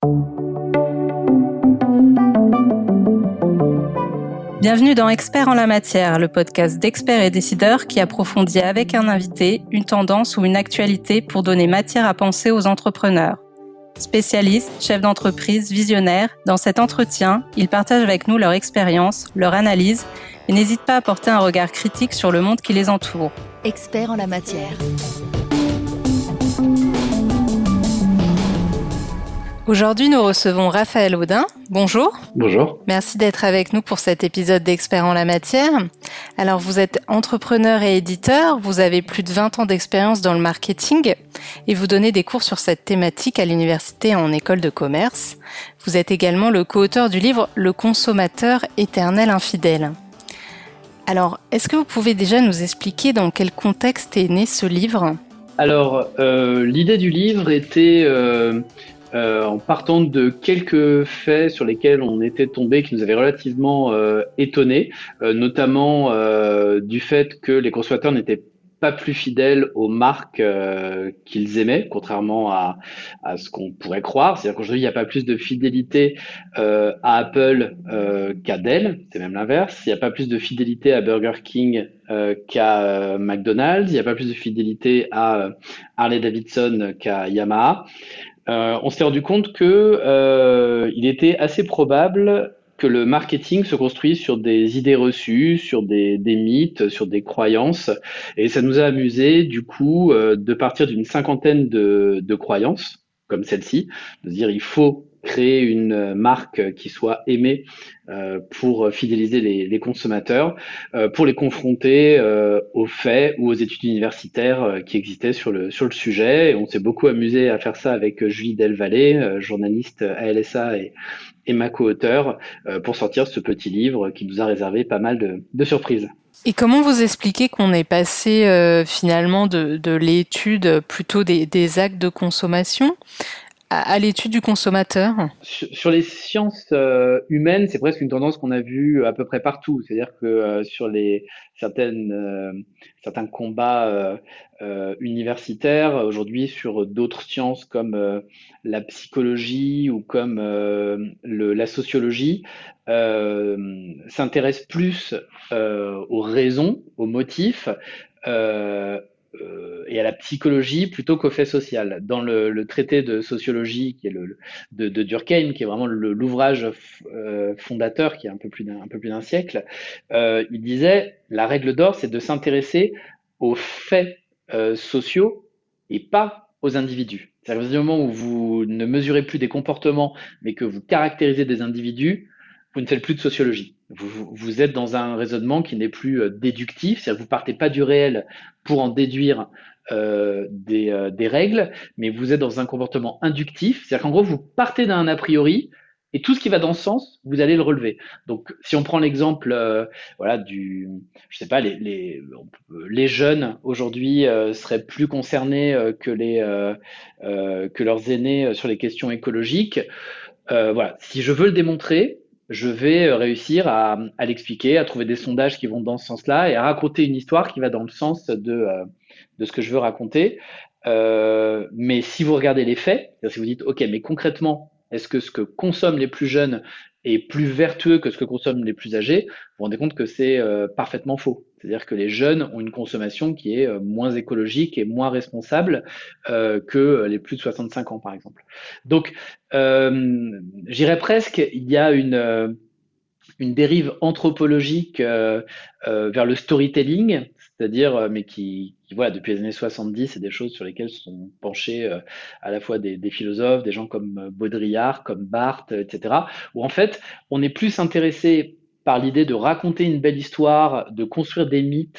Bienvenue dans Experts en la matière, le podcast d'experts et décideurs qui approfondit avec un invité une tendance ou une actualité pour donner matière à penser aux entrepreneurs. Spécialistes, chefs d'entreprise, visionnaires, dans cet entretien, ils partagent avec nous leur expérience, leur analyse et n'hésitent pas à porter un regard critique sur le monde qui les entoure. Experts en la matière. Aujourd'hui, nous recevons Raphaël Audin. Bonjour. Bonjour. Merci d'être avec nous pour cet épisode d'Experts en la matière. Alors, vous êtes entrepreneur et éditeur, vous avez plus de 20 ans d'expérience dans le marketing et vous donnez des cours sur cette thématique à l'université et en école de commerce. Vous êtes également le co-auteur du livre « Le consommateur éternel infidèle ». Alors, est-ce que vous pouvez déjà nous expliquer dans quel contexte est né ce livre ? Alors, l'idée du livre était... en partant de quelques faits sur lesquels on était tombé, qui nous avaient relativement étonnés, notamment du fait que les consommateurs n'étaient pas plus fidèles aux marques qu'ils aimaient, contrairement à ce qu'on pourrait croire. C'est-à-dire qu'aujourd'hui, il n'y a pas plus de fidélité à Apple qu'à Dell, c'est même l'inverse. Il n'y a pas plus de fidélité à Burger King qu'à McDonald's. Il n'y a pas plus de fidélité à Harley-Davidson qu'à Yamaha. On s'est rendu compte que il était assez probable que le marketing se construise sur des idées reçues, sur des mythes, sur des croyances, et ça nous a amusé du coup de partir d'une cinquantaine de croyances comme celle-ci, de se dire il faut créer une marque qui soit aimée pour fidéliser les consommateurs, pour les confronter aux faits ou aux études universitaires qui existaient sur le sujet. Et on s'est beaucoup amusé à faire ça avec Julie Delvalle, journaliste à LSA et ma co-auteure, pour sortir ce petit livre qui nous a réservé pas mal de surprises. Et comment vous expliquez qu'on est passé finalement de l'étude plutôt des actes de consommation à l'étude du consommateur? Sur les sciences humaines, c'est presque une tendance qu'on a vue à peu près partout. C'est-à-dire que sur certains combats universitaires, aujourd'hui sur d'autres sciences comme la psychologie ou comme la sociologie, s'intéressent plus aux raisons, aux motifs, et à la psychologie plutôt qu'au fait social. Dans le traité de sociologie qui est de Durkheim, qui est vraiment l'ouvrage fondateur, qui est un peu plus d'un siècle, il disait la règle d'or, c'est de s'intéresser aux faits sociaux et pas aux individus. C'est-à-dire qu'au moment où vous ne mesurez plus des comportements, mais que vous caractérisez des individus, vous ne faites plus de sociologie. Vous êtes dans un raisonnement qui n'est plus déductif, c'est-à-dire que vous partez pas du réel pour en déduire des règles, mais vous êtes dans un comportement inductif, c'est-à-dire qu'en gros, vous partez d'un a priori, et tout ce qui va dans ce sens, vous allez le relever. Donc, si on prend l'exemple, je sais pas, les jeunes aujourd'hui seraient plus concernés que leurs aînés sur les questions écologiques. Si je veux le démontrer, je vais réussir à l'expliquer, à trouver des sondages qui vont dans ce sens-là et à raconter une histoire qui va dans le sens de ce que je veux raconter. Mais si vous regardez les faits, c'est-à-dire si vous dites, OK, mais concrètement, est-ce que ce que consomment les plus jeunes est plus vertueux que ce que consomment les plus âgés, vous vous rendez compte que c'est parfaitement faux. C'est-à-dire que les jeunes ont une consommation qui est moins écologique et moins responsable que les plus de 65 ans, par exemple. Donc, j'irais presque, il y a une dérive anthropologique vers le storytelling, c'est-à-dire, mais qui voilà, depuis les années 70, c'est des choses sur lesquelles se sont penchés à la fois des philosophes, des gens comme Baudrillard, comme Barthes, etc., où en fait, on est plus intéressé par l'idée de raconter une belle histoire, de construire des mythes,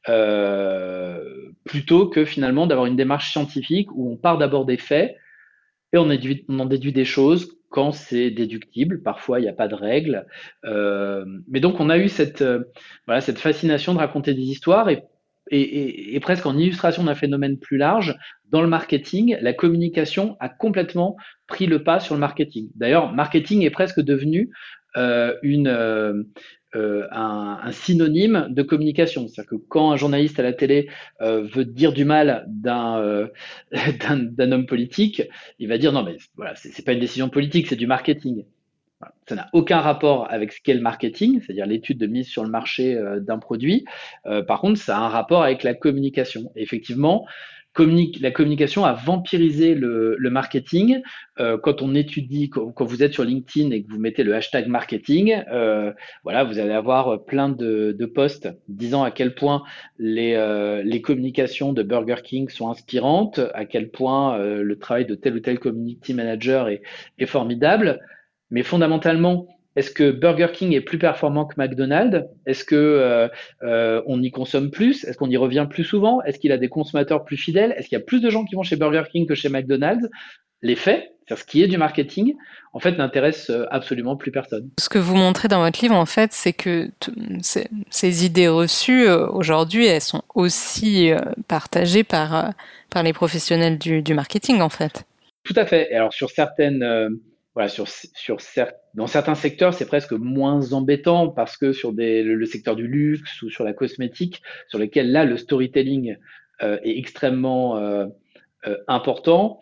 plutôt que finalement d'avoir une démarche scientifique où on part d'abord des faits et on en déduit des choses quand c'est déductible. Parfois, il n'y a pas de règles. Mais donc, on a eu cette fascination de raconter des histoires et presque en illustration d'un phénomène plus large. Dans le marketing, la communication a complètement pris le pas sur le marketing. D'ailleurs, marketing est presque devenu un synonyme de communication. C'est-à-dire que quand un journaliste à la télé veut dire du mal d'un homme politique, il va dire non mais voilà, c'est pas une décision politique, c'est du marketing. Voilà. Ça n'a aucun rapport avec ce qu'est le marketing, c'est-à-dire l'étude de mise sur le marché d'un produit. Par contre, ça a un rapport avec la communication. Et effectivement, la communication a vampirisé le marketing. Quand on étudie, quand vous êtes sur LinkedIn et que vous mettez le hashtag marketing, voilà, vous allez avoir plein de posts disant à quel point les communications de Burger King sont inspirantes, à quel point le travail de tel ou tel community manager est formidable. Mais fondamentalement, est-ce que Burger King est plus performant que McDonald's? Est-ce que on y consomme plus? Est-ce qu'on y revient plus souvent? Est-ce qu'il a des consommateurs plus fidèles? Est-ce qu'il y a plus de gens qui vont chez Burger King que chez McDonald's? Les faits, c'est-à-dire ce qui est du marketing, en fait, n'intéresse absolument plus personne. Ce que vous montrez dans votre livre, en fait, c'est que ces idées reçues, aujourd'hui, elles sont aussi partagées par les professionnels du marketing, en fait. Tout à fait. Et alors sur certaines, voilà, dans certains secteurs, c'est presque moins embêtant parce que sur le secteur du luxe ou sur la cosmétique, sur lesquels là le storytelling est extrêmement important,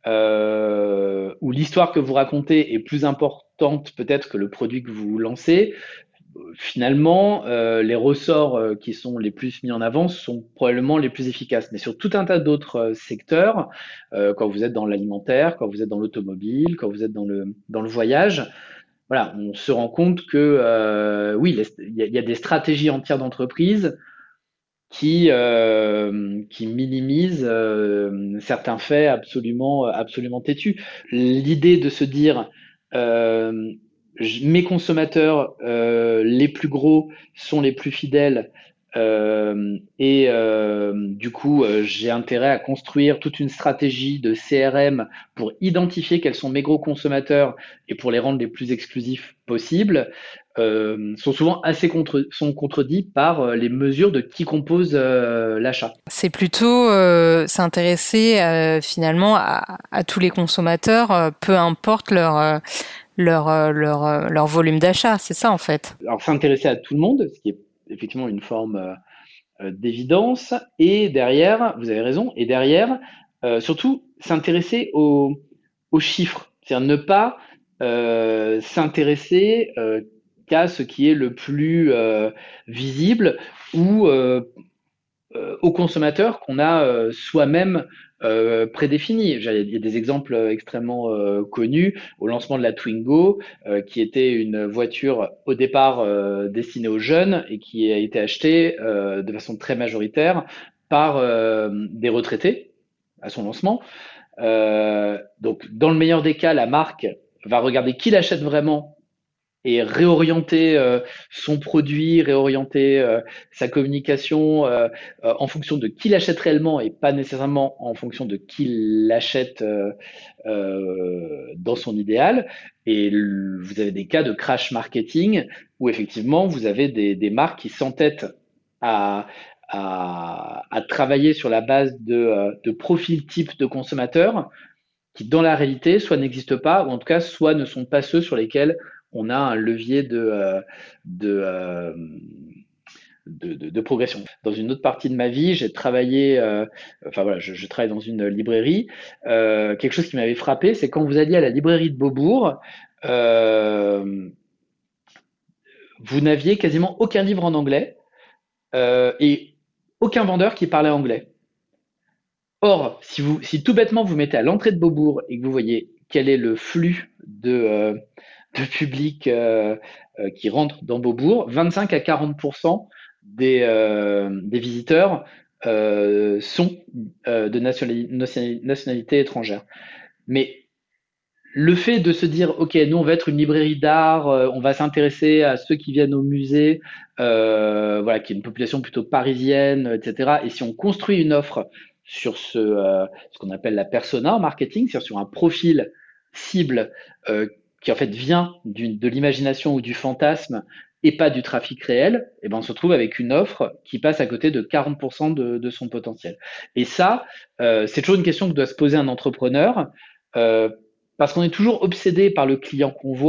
où l'histoire que vous racontez est plus importante peut-être que le produit que vous lancez. Finalement, les ressorts qui sont les plus mis en avant sont probablement les plus efficaces. Mais sur tout un tas d'autres secteurs, quand vous êtes dans l'alimentaire, quand vous êtes dans l'automobile, quand vous êtes dans le voyage, voilà, on se rend compte que oui, il y a des stratégies entières d'entreprise qui minimisent certains faits absolument têtus. L'idée de se dire euh, mes consommateurs les plus gros sont les plus fidèles du coup j'ai intérêt à construire toute une stratégie de CRM pour identifier quels sont mes gros consommateurs et pour les rendre les plus exclusifs possibles sont souvent sont contredits par les mesures de qui compose l'achat. C'est plutôt s'intéresser finalement à tous les consommateurs, peu importe leur volume d'achat, c'est ça en fait. Alors s'intéresser à tout le monde, ce qui est effectivement une forme d'évidence, et derrière, vous avez raison, et derrière, surtout s'intéresser aux chiffres, c'est-à-dire ne pas s'intéresser qu'à ce qui est le plus visible ou aux consommateurs qu'on a soi-même prédéfinis. Il y a des exemples extrêmement connus au lancement de la Twingo, qui était une voiture au départ destinée aux jeunes et qui a été achetée de façon très majoritaire par des retraités à son lancement. Donc, dans le meilleur des cas, la marque va regarder qui l'achète vraiment et réorienter son produit, réorienter sa communication en fonction de qui l'achète réellement et pas nécessairement en fonction de qui l'achète dans son idéal. Et vous avez des cas de crash marketing où effectivement vous avez des marques qui s'entêtent à, à travailler sur la base de profils types de consommateurs qui dans la réalité soit n'existent pas ou en tout cas soit ne sont pas ceux sur lesquels on a un levier de progression. Dans une autre partie de ma vie, j'ai travaillé, enfin voilà, je travaille dans une librairie. Quelque chose qui m'avait frappé, c'est quand vous alliez à la librairie de Beaubourg, vous n'aviez quasiment aucun livre en anglais et aucun vendeur qui parlait anglais. Or, si tout bêtement vous mettez à l'entrée de Beaubourg et que vous voyez quel est le flux de public qui rentre dans Beaubourg, 25 à 40% des visiteurs sont de nationalité étrangère. Mais le fait de se dire, ok, nous on va être une librairie d'art, on va s'intéresser à ceux qui viennent au musée, voilà, qui est une population plutôt parisienne, etc. Et si on construit une offre sur ce qu'on appelle la persona en marketing, c'est-à-dire sur un profil cible qui en fait vient de l'imagination ou du fantasme et pas du trafic réel, et ben on se retrouve avec une offre qui passe à côté de 40% de son potentiel. Et ça, c'est toujours une question que doit se poser un entrepreneur, parce qu'on est toujours obsédé par le client qu'on voit,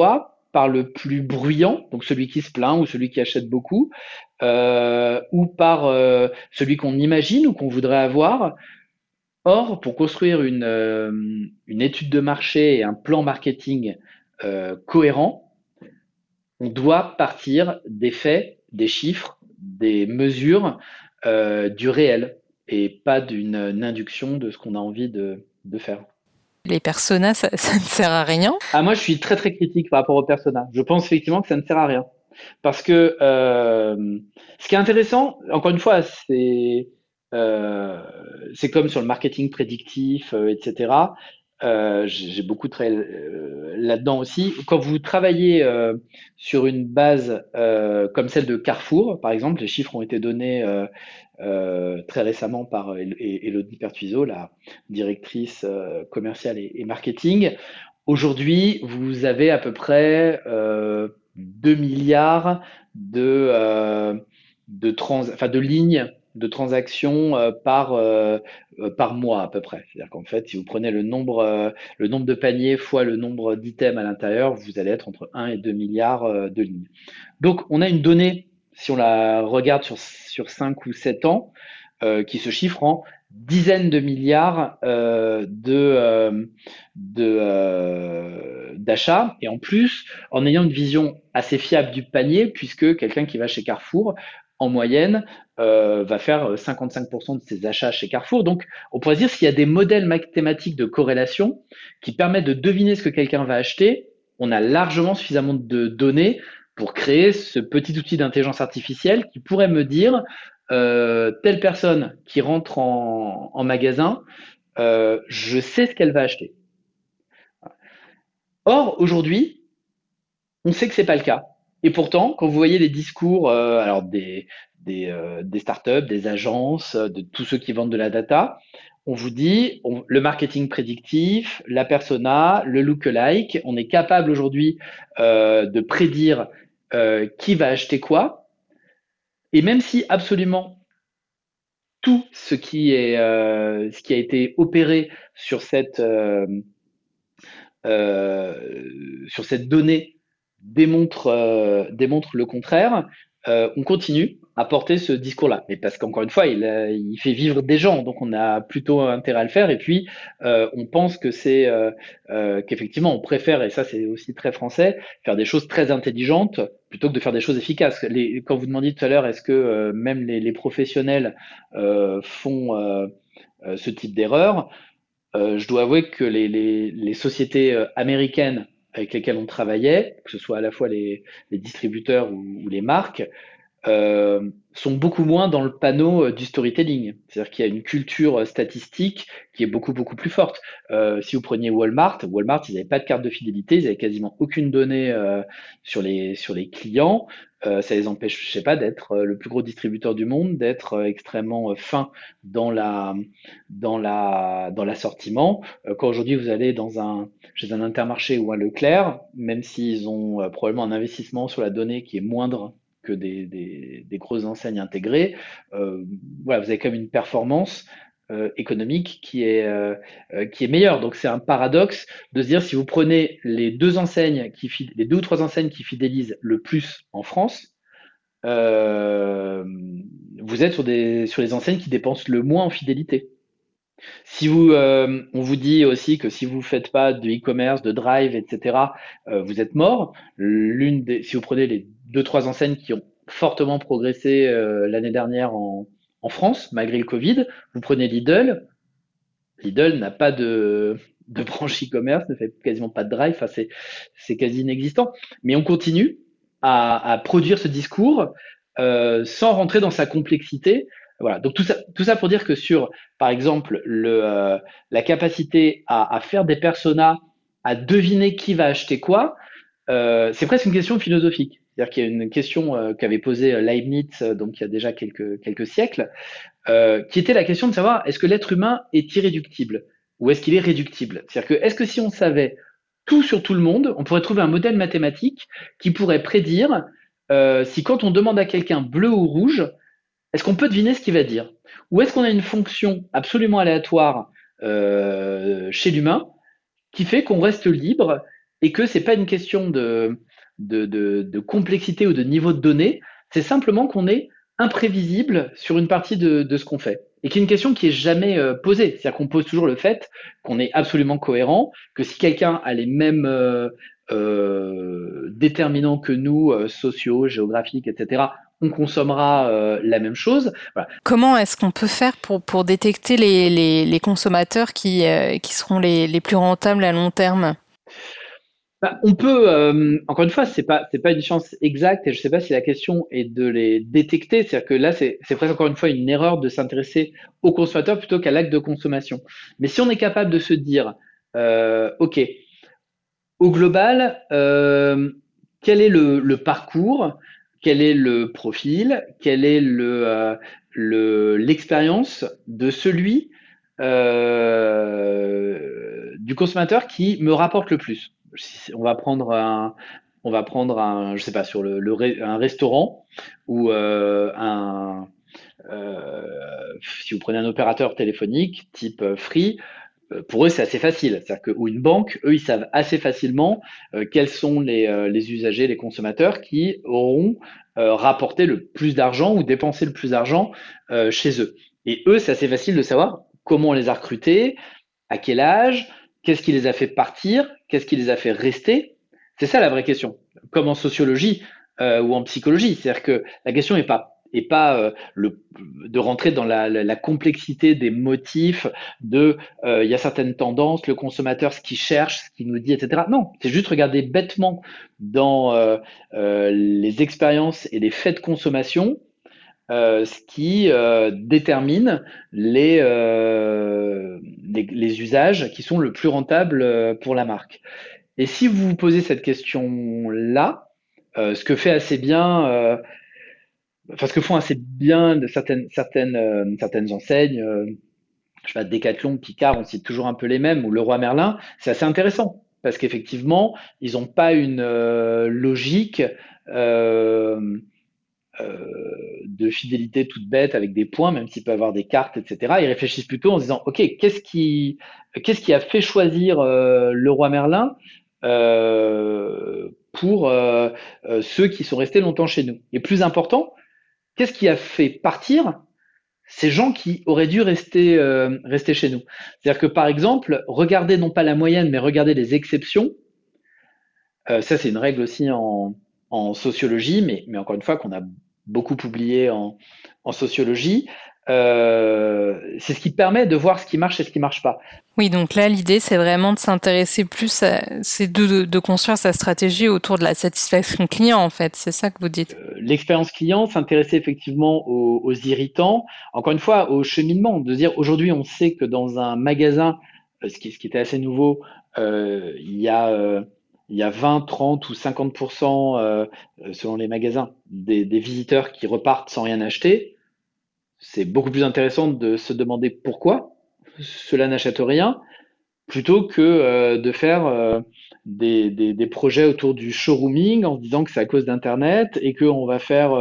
par le plus bruyant, donc celui qui se plaint ou celui qui achète beaucoup, ou par celui qu'on imagine ou qu'on voudrait avoir. Or, pour construire une étude de marché et un plan marketing cohérent, on doit partir des faits, des chiffres, des mesures, du réel et pas d'une induction de ce qu'on a envie de faire. Les personas, ça ne sert à rien. Ah, moi, je suis très très critique par rapport aux personnages. Je pense effectivement que ça ne sert à rien. Parce que ce qui est intéressant, encore une fois, euh, c'est comme sur le marketing prédictif, etc. J'ai beaucoup travaillé là-dedans aussi. Quand vous travaillez sur une base comme celle de Carrefour, par exemple, les chiffres ont été donnés très récemment par Elodie Pertuiseau, la directrice commerciale et marketing. Aujourd'hui, vous avez à peu près 2 milliards de lignes de transactions par mois à peu près. C'est-à-dire qu'en fait, si vous prenez le nombre de paniers fois le nombre d'items à l'intérieur, vous allez être entre 1 et 2 milliards de lignes. Donc, on a une donnée, si on la regarde sur 5 ou 7 ans, qui se chiffre en dizaines de milliards d'achats, et en plus en ayant une vision assez fiable du panier, puisque quelqu'un qui va chez Carrefour en moyenne va faire 55% de ses achats chez Carrefour. Donc on pourrait dire s'il y a des modèles mathématiques de corrélation qui permettent de deviner ce que quelqu'un va acheter, on a largement suffisamment de données pour créer ce petit outil d'intelligence artificielle qui pourrait me dire telle personne qui rentre en magasin, je sais ce qu'elle va acheter. Or, aujourd'hui, on sait que c'est pas le cas. Et pourtant, quand vous voyez les discours alors des startups, des agences, de tous ceux qui vendent de la data, on vous dit le marketing prédictif, la persona, le lookalike, on est capable aujourd'hui de prédire qui va acheter quoi. Et même si absolument tout ce qui a été opéré sur cette donnée démontre le contraire, on continue à porter ce discours-là. Mais parce qu'encore une fois, il fait vivre des gens, donc on a plutôt intérêt à le faire. Et puis, on pense que qu'effectivement, on préfère, et ça c'est aussi très français, faire des choses très intelligentes plutôt que de faire des choses efficaces. Quand vous demandiez tout à l'heure, est-ce que même les professionnels font ce type d'erreur, je dois avouer que les sociétés américaines avec lesquelles on travaillait, que ce soit à la fois les distributeurs ou les marques, sont beaucoup moins dans le panneau du storytelling. C'est-à-dire qu'il y a une culture statistique qui est beaucoup beaucoup plus forte. Si vous preniez Walmart, ils n'avaient pas de carte de fidélité, ils n'avaient quasiment aucune donnée sur les clients. Ça les empêchait pas d'être le plus gros distributeur du monde, d'être extrêmement fin dans l'assortiment. Quand aujourd'hui vous allez chez un Intermarché ou un Leclerc, même s'ils ont probablement un investissement sur la donnée qui est moindre que des grosses enseignes intégrées, voilà, vous avez quand même une performance économique qui est meilleure. Donc c'est un paradoxe de se dire si vous prenez les deux ou trois enseignes qui fidélisent le plus en France, vous êtes sur les enseignes qui dépensent le moins en fidélité. On vous dit aussi que si vous faites pas de e-commerce, de drive, etc., vous êtes mort. Si vous prenez les deux, trois enseignes qui ont fortement progressé l'année dernière en France, malgré le Covid, vous prenez Lidl. Lidl n'a pas de branche e-commerce, ne fait quasiment pas de drive. Enfin, c'est quasi inexistant. Mais on continue à produire ce discours sans rentrer dans sa complexité. Voilà. Donc tout ça pour dire que par exemple, la capacité à faire des personas, à deviner qui va acheter quoi, c'est presque une question philosophique. C'est-à-dire qu'il y a une question qu'avait posée Leibniz, donc il y a déjà quelques siècles, qui était la question de savoir est-ce que l'être humain est irréductible ou est-ce qu'il est réductible? C'est-à-dire que est-ce que si on savait tout sur tout le monde, on pourrait trouver un modèle mathématique qui pourrait prédire si quand on demande à quelqu'un bleu ou rouge, est-ce qu'on peut deviner ce qu'il va dire? Ou est-ce qu'on a une fonction absolument aléatoire chez l'humain qui fait qu'on reste libre et que c'est pas une question de complexité ou de niveau de données, c'est simplement qu'on est imprévisible sur une partie de ce qu'on fait. Et qui est une question qui est jamais posée. C'est-à-dire qu'on pose toujours le fait qu'on est absolument cohérent, que si quelqu'un a les mêmes déterminants que nous, sociaux, géographiques, etc., on consommera la même chose. Voilà. Comment est-ce qu'on peut faire pour détecter les consommateurs qui seront les plus rentables à long terme? Bah, on peut, encore une fois, c'est pas une science exacte et je sais pas si la question est de les détecter. C'est-à-dire que là, c'est presque encore une fois une erreur de s'intéresser aux consommateurs plutôt qu'à l'acte de consommation. Mais si on est capable de se dire, ok, au global, quel est le parcours, quel est le profil, quelle est l'expérience de celui du consommateur qui me rapporte le plus. On va prendre un, je sais pas, sur un restaurant ou si vous prenez un opérateur téléphonique type Free, pour eux, c'est assez facile. C'est-à-dire que, ou une banque, eux, ils savent assez facilement quels sont les usagers, les consommateurs qui auront rapporté le plus d'argent ou dépensé le plus d'argent chez eux. Et eux, c'est assez facile de savoir comment on les a recrutés, à quel âge, qu'est-ce qui les a fait partir, qu'est-ce qui les a fait rester. C'est ça la vraie question. Comme en sociologie ou en psychologie. C'est-à-dire que la question n'est pas de rentrer dans la complexité des motifs, il y a certaines tendances, le consommateur, ce qu'il cherche, ce qu'il nous dit, etc. Non, c'est juste regarder bêtement dans les expériences et les faits de consommation, ce qui détermine les usages qui sont le plus rentables pour la marque. Et si vous vous posez cette question-là, ce que fait assez bien enfin ce que font assez bien de certaines enseignes, je sais pas, Decathlon, Picard, on cite toujours un peu les mêmes, ou Leroy Merlin, c'est assez intéressant parce qu'effectivement, ils n'ont pas une logique euh, de fidélité toute bête avec des points, même s'il peut avoir des cartes, etc. Ils réfléchissent plutôt en se disant, ok, qu'est-ce qui a fait choisir Leroy Merlin pour ceux qui sont restés longtemps chez nous. Et plus important, qu'est-ce qui a fait partir ces gens qui auraient dû rester chez nous? C'est-à-dire que par exemple, regardez non pas la moyenne, mais regardez les exceptions. Ça, c'est une règle aussi en sociologie, mais encore une fois, qu'on a beaucoup publié en sociologie. C'est ce qui permet de voir ce qui marche et ce qui marche pas. Oui, donc là, l'idée, c'est vraiment de s'intéresser plus c'est de construire sa stratégie autour de la satisfaction client, en fait. C'est ça que vous dites. L'expérience client, s'intéresser effectivement aux irritants, encore une fois, au cheminement, de dire aujourd'hui, on sait que dans un magasin, ce qui était assez nouveau, il y a 20, 30 ou 50% selon les magasins des visiteurs qui repartent sans rien acheter. C'est beaucoup plus intéressant de se demander pourquoi cela n'achète rien plutôt que de faire des projets autour du showrooming en se disant que c'est à cause d'Internet et qu'on va faire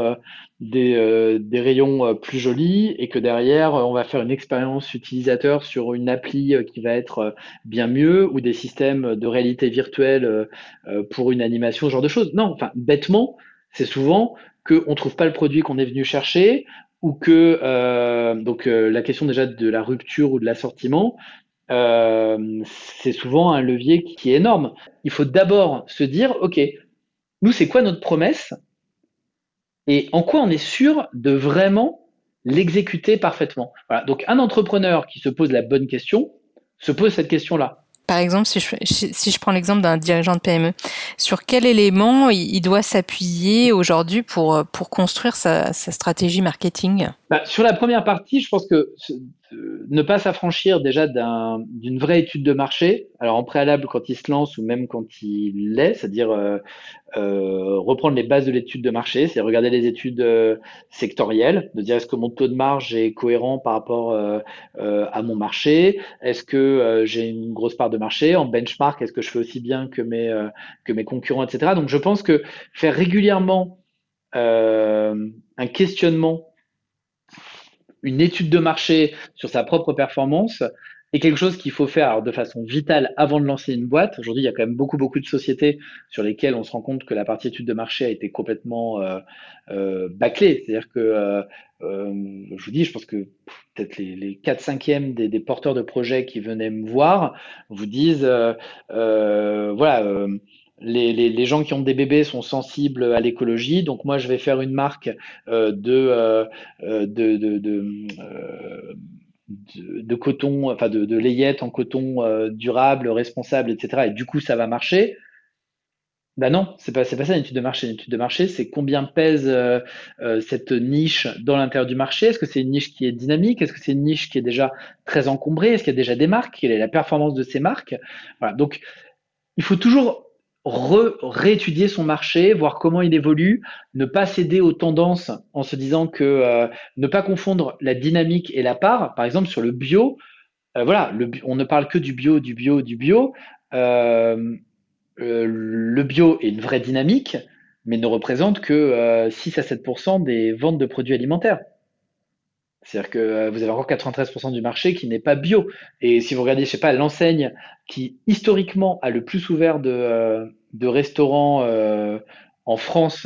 des rayons plus jolis et que derrière, on va faire une expérience utilisateur sur une appli qui va être bien mieux ou des systèmes de réalité virtuelle pour une animation, ce genre de choses. Non, enfin, bêtement, c'est souvent qu'on ne trouve pas le produit qu'on est venu chercher ou que donc la question déjà de la rupture ou de l'assortiment, c'est souvent un levier qui est énorme. Il faut d'abord se dire, OK, nous, c'est quoi notre promesse et en quoi on est sûr de vraiment l'exécuter parfaitement. Voilà. Donc, un entrepreneur qui se pose la bonne question se pose cette question-là. Par exemple, si je prends l'exemple d'un dirigeant de PME, sur quel élément il doit s'appuyer aujourd'hui pour construire sa stratégie marketing? Bah, sur la première partie, je pense que ne pas s'affranchir déjà d'une vraie étude de marché, alors en préalable quand il se lance ou même quand il l'est, c'est-à-dire reprendre les bases de l'étude de marché, c'est regarder les études sectorielles, de dire est-ce que mon taux de marge est cohérent par rapport à mon marché, est-ce que j'ai une grosse part de marché, en benchmark, est-ce que je fais aussi bien que mes concurrents, etc. Donc je pense que faire régulièrement un questionnement, une étude de marché sur sa propre performance, Et quelque chose qu'il faut faire alors, de façon vitale avant de lancer une boîte. Aujourd'hui, il y a quand même beaucoup de sociétés sur lesquelles on se rend compte que la partie étude de marché a été complètement bâclée. C'est-à-dire que, je vous dis, je pense que peut-être les 4/5e des porteurs de projets qui venaient me voir vous disent, voilà, les gens qui ont des bébés sont sensibles à l'écologie, donc moi je vais faire une marque de coton, enfin de layette en coton durable, responsable, etc. Et du coup, ça va marcher. Ben non, c'est pas ça une étude de marché. Une étude de marché, c'est combien pèse cette niche dans l'intérieur du marché. Est-ce que c'est une niche qui est dynamique? Est-ce que c'est une niche qui est déjà très encombrée? Est-ce qu'il y a déjà des marques? Quelle est la performance de ces marques? Voilà. Donc, il faut toujours réétudier son marché, voir comment il évolue, ne pas céder aux tendances en se disant que ne pas confondre la dynamique et la part. Par exemple, sur le bio, voilà, on ne parle que du bio, du bio, du bio. Euh, le bio est une vraie dynamique, mais ne représente que 6 à 7% des ventes de produits alimentaires. C'est-à-dire que vous avez encore 93% du marché qui n'est pas bio. Et si vous regardez, je sais pas, l'enseigne qui historiquement a le plus ouvert de restaurants en France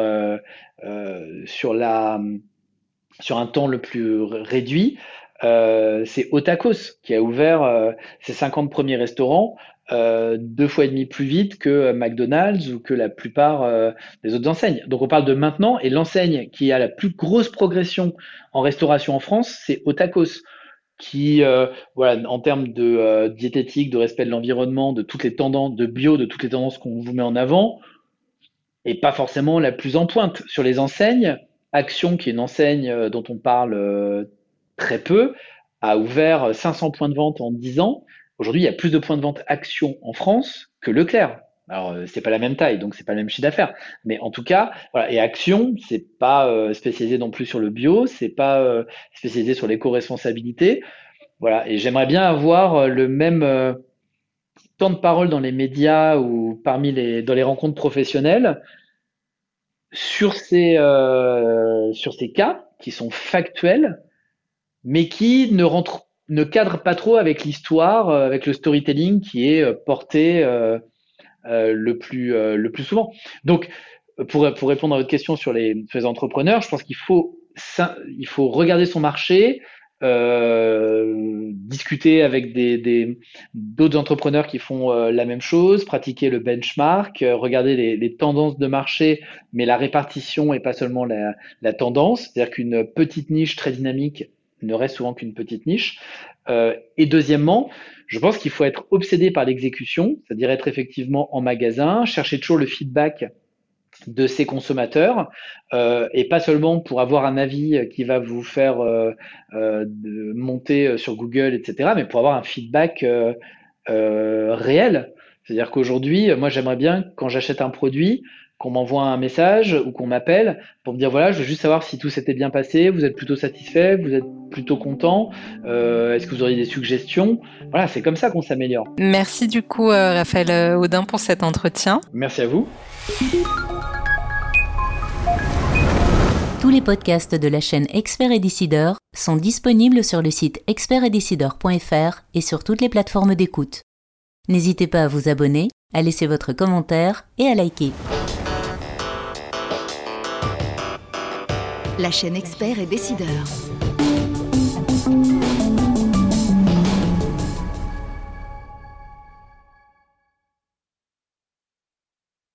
sur sur un temps le plus réduit, c'est Otakos qui a ouvert ses 50 premiers restaurants 2 fois et demi plus vite que McDonald's ou que la plupart des autres enseignes. Donc on parle de maintenant, et l'enseigne qui a la plus grosse progression en restauration en France, c'est Otakos, qui, voilà, en termes de diététique, de respect de l'environnement, de toutes les tendances, de bio, de toutes les tendances qu'on vous met en avant, et pas forcément la plus en pointe. Sur les enseignes, Action, qui est une enseigne dont on parle très peu, a ouvert 500 points de vente en 10 ans. Aujourd'hui, il y a plus de points de vente Action en France que Leclerc. Alors, c'est pas la même taille, donc c'est pas le même chiffre d'affaires. Mais en tout cas, voilà. Et Action, c'est pas spécialisé non plus sur le bio, c'est pas spécialisé sur l'éco-responsabilité. Voilà. Et j'aimerais bien avoir le même temps de parole dans les médias ou dans les rencontres professionnelles sur ces cas qui sont factuels, mais qui ne cadrent pas trop avec l'histoire, avec le storytelling qui est porté le plus souvent. Donc, pour répondre à votre question sur les entrepreneurs, je pense il faut regarder son marché, discuter avec d'autres entrepreneurs qui font la même chose, pratiquer le benchmark, regarder les tendances de marché, mais la répartition et pas seulement la tendance. C'est-à-dire qu'une petite niche très dynamique ne reste souvent qu'une petite niche. Et deuxièmement, je pense qu'il faut être obsédé par l'exécution, c'est-à-dire être effectivement en magasin, chercher toujours le feedback de ses consommateurs, et pas seulement pour avoir un avis qui va vous faire monter sur Google, etc., mais pour avoir un feedback réel. C'est-à-dire qu'aujourd'hui, moi j'aimerais bien, quand j'achète un produit, qu'on m'envoie un message ou qu'on m'appelle pour me dire voilà, je veux juste savoir si tout s'était bien passé, vous êtes plutôt satisfait, vous êtes plutôt content, est-ce que vous auriez des suggestions? Voilà, c'est comme ça qu'on s'améliore. Merci du coup Raphaël Audin pour cet entretien. Merci à vous. Tous les podcasts de la chaîne Expert et Décideur sont disponibles sur le site expertetdecideur.fr et sur toutes les plateformes d'écoute. N'hésitez pas à vous abonner, à laisser votre commentaire et à liker. La chaîne Expert et Décideur.